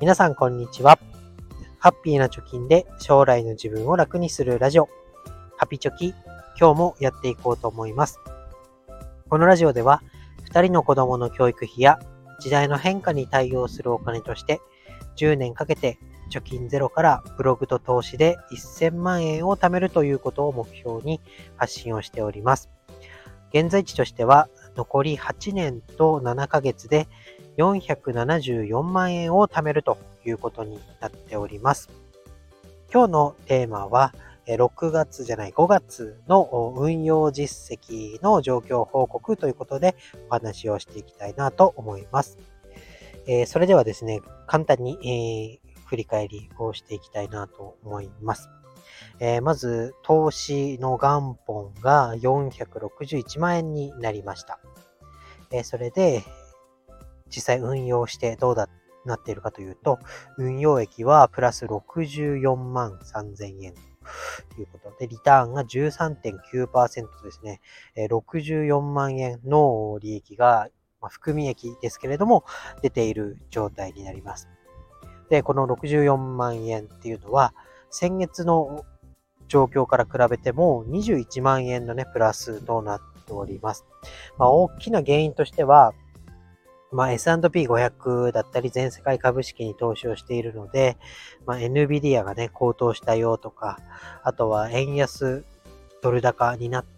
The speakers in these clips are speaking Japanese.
皆さんこんにちは。ハッピーな貯金で将来の自分を楽にするラジオ、ハピチョキ、今日もやっていこうと思います。このラジオでは、2人の子供の教育費や時代の変化に対応するお金として、10年かけて貯金ゼロからブログと投資で1000万円を貯めるということを目標に発信をしております。現在地としては、残り8年と7ヶ月で474万円を貯めるということになっております。今日のテーマは5月の運用実績の状況報告ということでお話をしていきたいなと思います。それではですね、簡単に、振り返りをしていきたいなと思います。まず、投資の元本が461万円になりました。それで、実際運用してどうなっているかというと、運用益はプラス64万3000円ということで、リターンが 13.9% ですね。64万円の利益が、含み益ですけれども、出ている状態になります。で、この64万円っていうのは、先月の状況から比べても21万円のね、プラスとなっております。大きな原因としては、S&P500 だったり全世界株式に投資をしているので、NVIDIA がね、高騰したよとか、あとは円安ドル高になって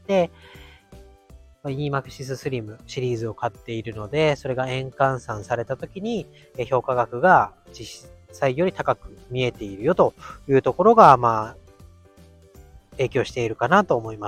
、EMAXIS Slim シリーズを買っているので、それが円換算された時に評価額が実際より高く見えているよというところが、影響しているかなと思います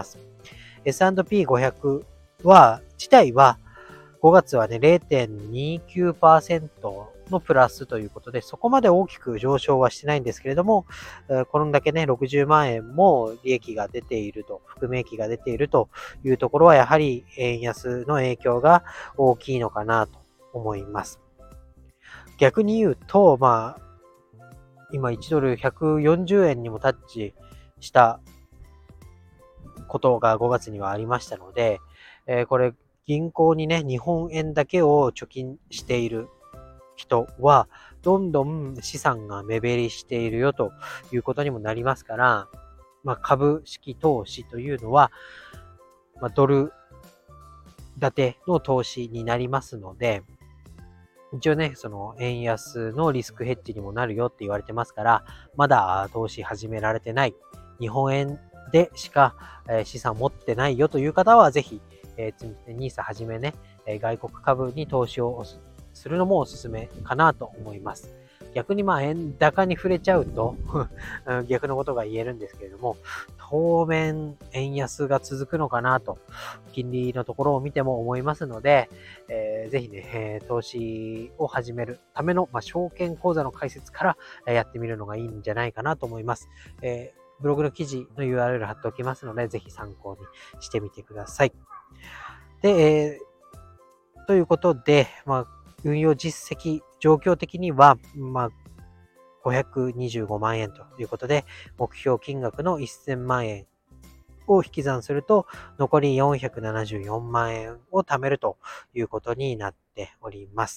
。S&P500 自体は5月はね、0.29% のプラスということで、そこまで大きく上昇はしてないんですけれども、これだけね、60万円も利益が出ていると、含み益が出ているというところは、やはり円安の影響が大きいのかなと思います。逆に言うと、今1ドル140円にもタッチしたことが5月にはありましたので、これ、銀行にね、日本円だけを貯金している人は、どんどん資産が目減りしているよということにもなりますから、株式投資というのは、ドル建ての投資になりますので、一応ね、その円安のリスクヘッジにもなるよって言われてますから、まだ投資始められてない、日本円でしか資産持ってないよという方は、ぜひ、NISA はじめね、外国株に投資をするのもおすすめかなと思います。逆に円高に触れちゃうと逆のことが言えるんですけれども、当面円安が続くのかなと、金利のところを見ても思いますので、ぜひね、投資を始めるための、証券口座の開設からやってみるのがいいんじゃないかなと思います。ブログの記事の URL 貼っておきますので、ぜひ参考にしてみてください。で、ということで、運用実績、状況的には、525万円ということで、目標金額の1000万円を引き算すると、残り474万円を貯めるということになっております。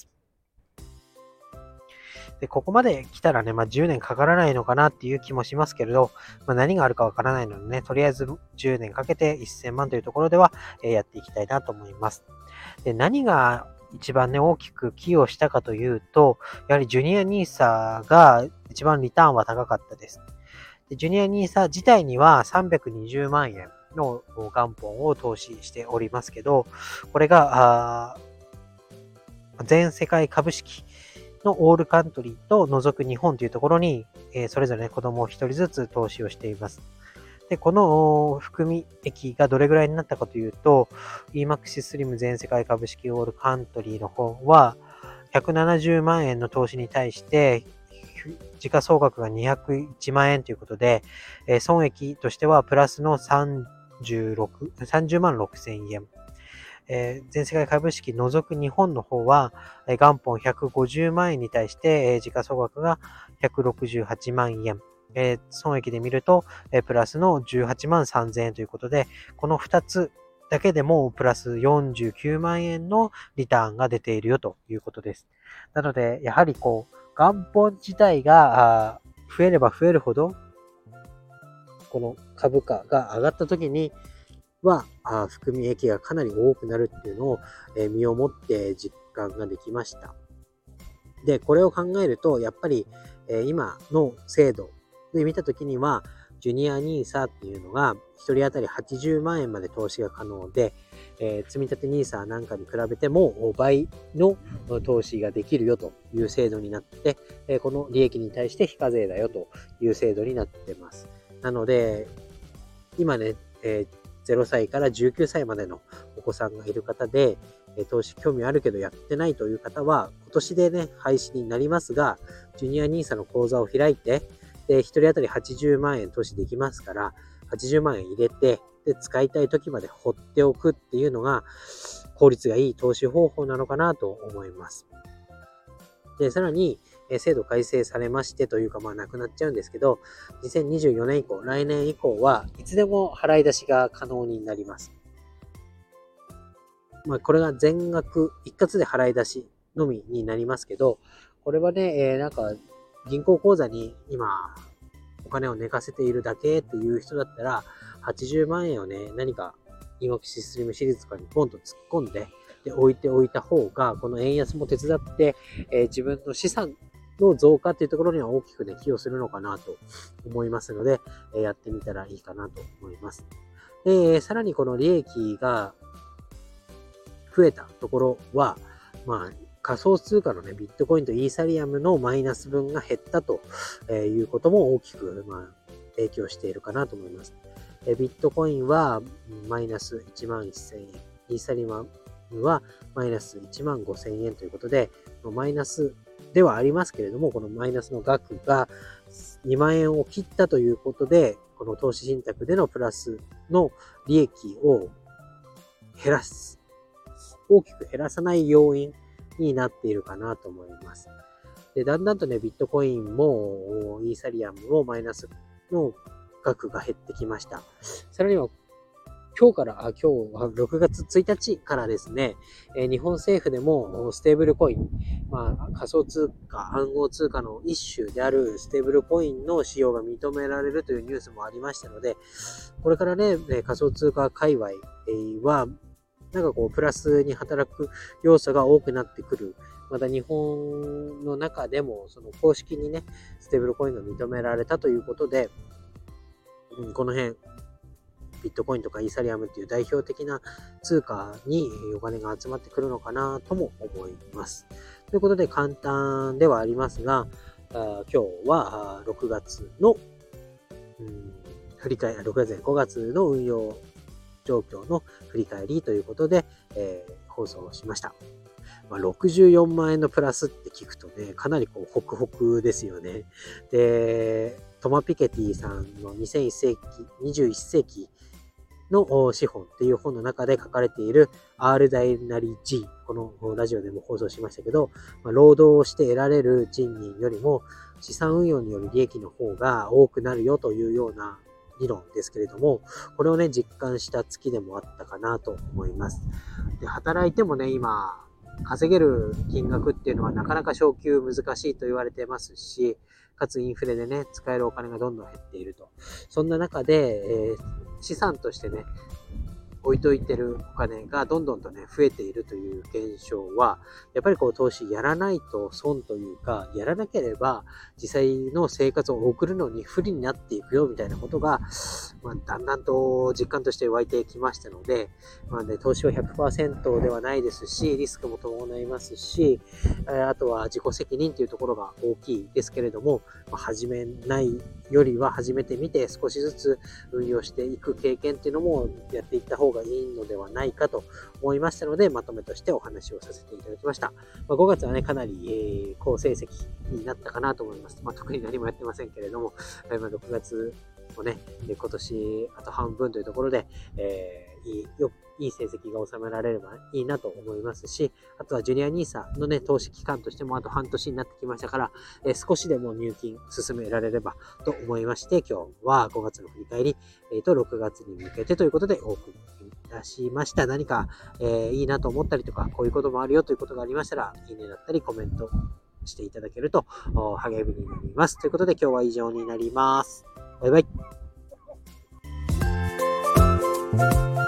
で、ここまで来たらね、10年かからないのかなっていう気もしますけれど、何があるかわからないのでね、とりあえず10年かけて1000万というところでは、やっていきたいなと思います。で、何が一番ね、大きく寄与したかというと、やはりジュニアニーサが一番リターンは高かったです。で、ジュニアニーサ自体には320万円の元本を投資しておりますけど、これが、全世界株式のオールカントリーと除く日本というところに、それぞれね、子供を一人ずつ投資をしています。で、この含み益がどれぐらいになったかというと、EMAXIS Slim 全世界株式オールカントリーの方は、170万円の投資に対して、時価総額が201万円ということで、損益としてはプラスの30万6千円。全世界株式除く日本の方は、元本150万円に対して、時価総額が168万円。損益で見ると、プラスの18万3000円ということで、この2つだけでもプラス49万円のリターンが出ているよということです。なので、やはり元本自体が増えれば増えるほど、この株価が上がった時には、含み益がかなり多くなるっていうのを、身をもって実感ができました。で、これを考えると、やっぱり、今の制度で見た時には、ジュニアニーサっていうのが、1人当たり80万円まで投資が可能で、積立ニーサなんかに比べても倍の投資ができるよという制度になって、この利益に対して非課税だよという制度になってます。なので、今ね、0歳から19歳までのお子さんがいる方で、投資興味あるけどやってないという方は、今年でね、廃止になりますが、ジュニアニーサの口座を開いて、で、1人当たり80万円投資できますから、80万円入れて、で、使いたい時まで放っておくっていうのが、効率がいい投資方法なのかなと思います。で、さらに、制度改正されましてというか、なくなっちゃうんですけど、2024年以降、来年以降はいつでも払い出しが可能になります。これが全額一括で払い出しのみになりますけど、これはね、銀行口座に今お金を寝かせているだけっていう人だったら、80万円をね、何かインワキシスリムシリーズとかにポンと突っ込んで、置いておいた方が、この円安も手伝って、自分の資産の増加っていうところには大きくね、寄与するのかなと思いますので、やってみたらいいかなと思います。さらにこの利益が増えたところは、仮想通貨のね、ビットコインとイーサリアムのマイナス分が減ったということも大きく、影響しているかなと思います。ビットコインはマイナス1万1000円、イーサリアムはマイナス1万5000円ということで、マイナスではありますけれども、このマイナスの額が2万円を切ったということで、この投資信託でのプラスの利益を減らす、大きく減らさない要因になっているかなと思います。で、だんだんとね、ビットコインもイーサリアムもマイナスの額が減ってきました。さらには今日は6月1日からですね、日本政府でもステーブルコイン、仮想通貨、暗号通貨の一種であるステーブルコインの使用が認められるというニュースもありましたので、これからね、仮想通貨界隈は、プラスに働く要素が多くなってくる。また日本の中でも、その公式にね、ステーブルコインが認められたということで、この辺、ビットコインとかイーサリアムっていう代表的な通貨にお金が集まってくるのかなとも思います。ということで簡単ではありますが、今日は6月の、5月の運用状況の振り返りということで、放送をしました。64万円のプラスって聞くとね、かなりホクホクですよね。で、トマ・ピケティさんの21世紀の資本っていう本の中で書かれている R 大なり G、このラジオでも放送しましたけど、労働をして得られる賃金よりも資産運用による利益の方が多くなるよというような理論ですけれども、これをね、実感した月でもあったかなと思います。で、働いてもね、今、稼げる金額っていうのはなかなか昇給難しいと言われてますし、かつインフレでね、使えるお金がどんどん減っていると。そんな中で、資産としてね、置いといてるお金がどんどんとね、増えているという現象は、やっぱり投資やらないと損というか、やらなければ実際の生活を送るのに不利になっていくよみたいなことが、だんだんと実感として湧いてきましたので、投資は 100% ではないですし、リスクも伴いますし、あとは自己責任というところが大きいですけれども、始めないよりは始めてみて少しずつ運用していく経験っていうのもやっていった方がいいのではないかと思いましたので、まとめとしてお話をさせていただきました。5月はね、かなり、好成績になったかなと思います。特に何もやってませんけれども、6月をね、今年あと半分というところで、いい成績が収められればいいなと思いますし、あとはジュニアニーサのね、投資期間としてもあと半年になってきましたから、少しでも入金進められればと思いまして、今日は5月の振り返り、6月に向けてということでお送りいたしました。何か、いいなと思ったりとか、こういうこともあるよということがありましたら、いいねだったりコメントしていただけると励みになります。ということで今日は以上になります。バイバイ。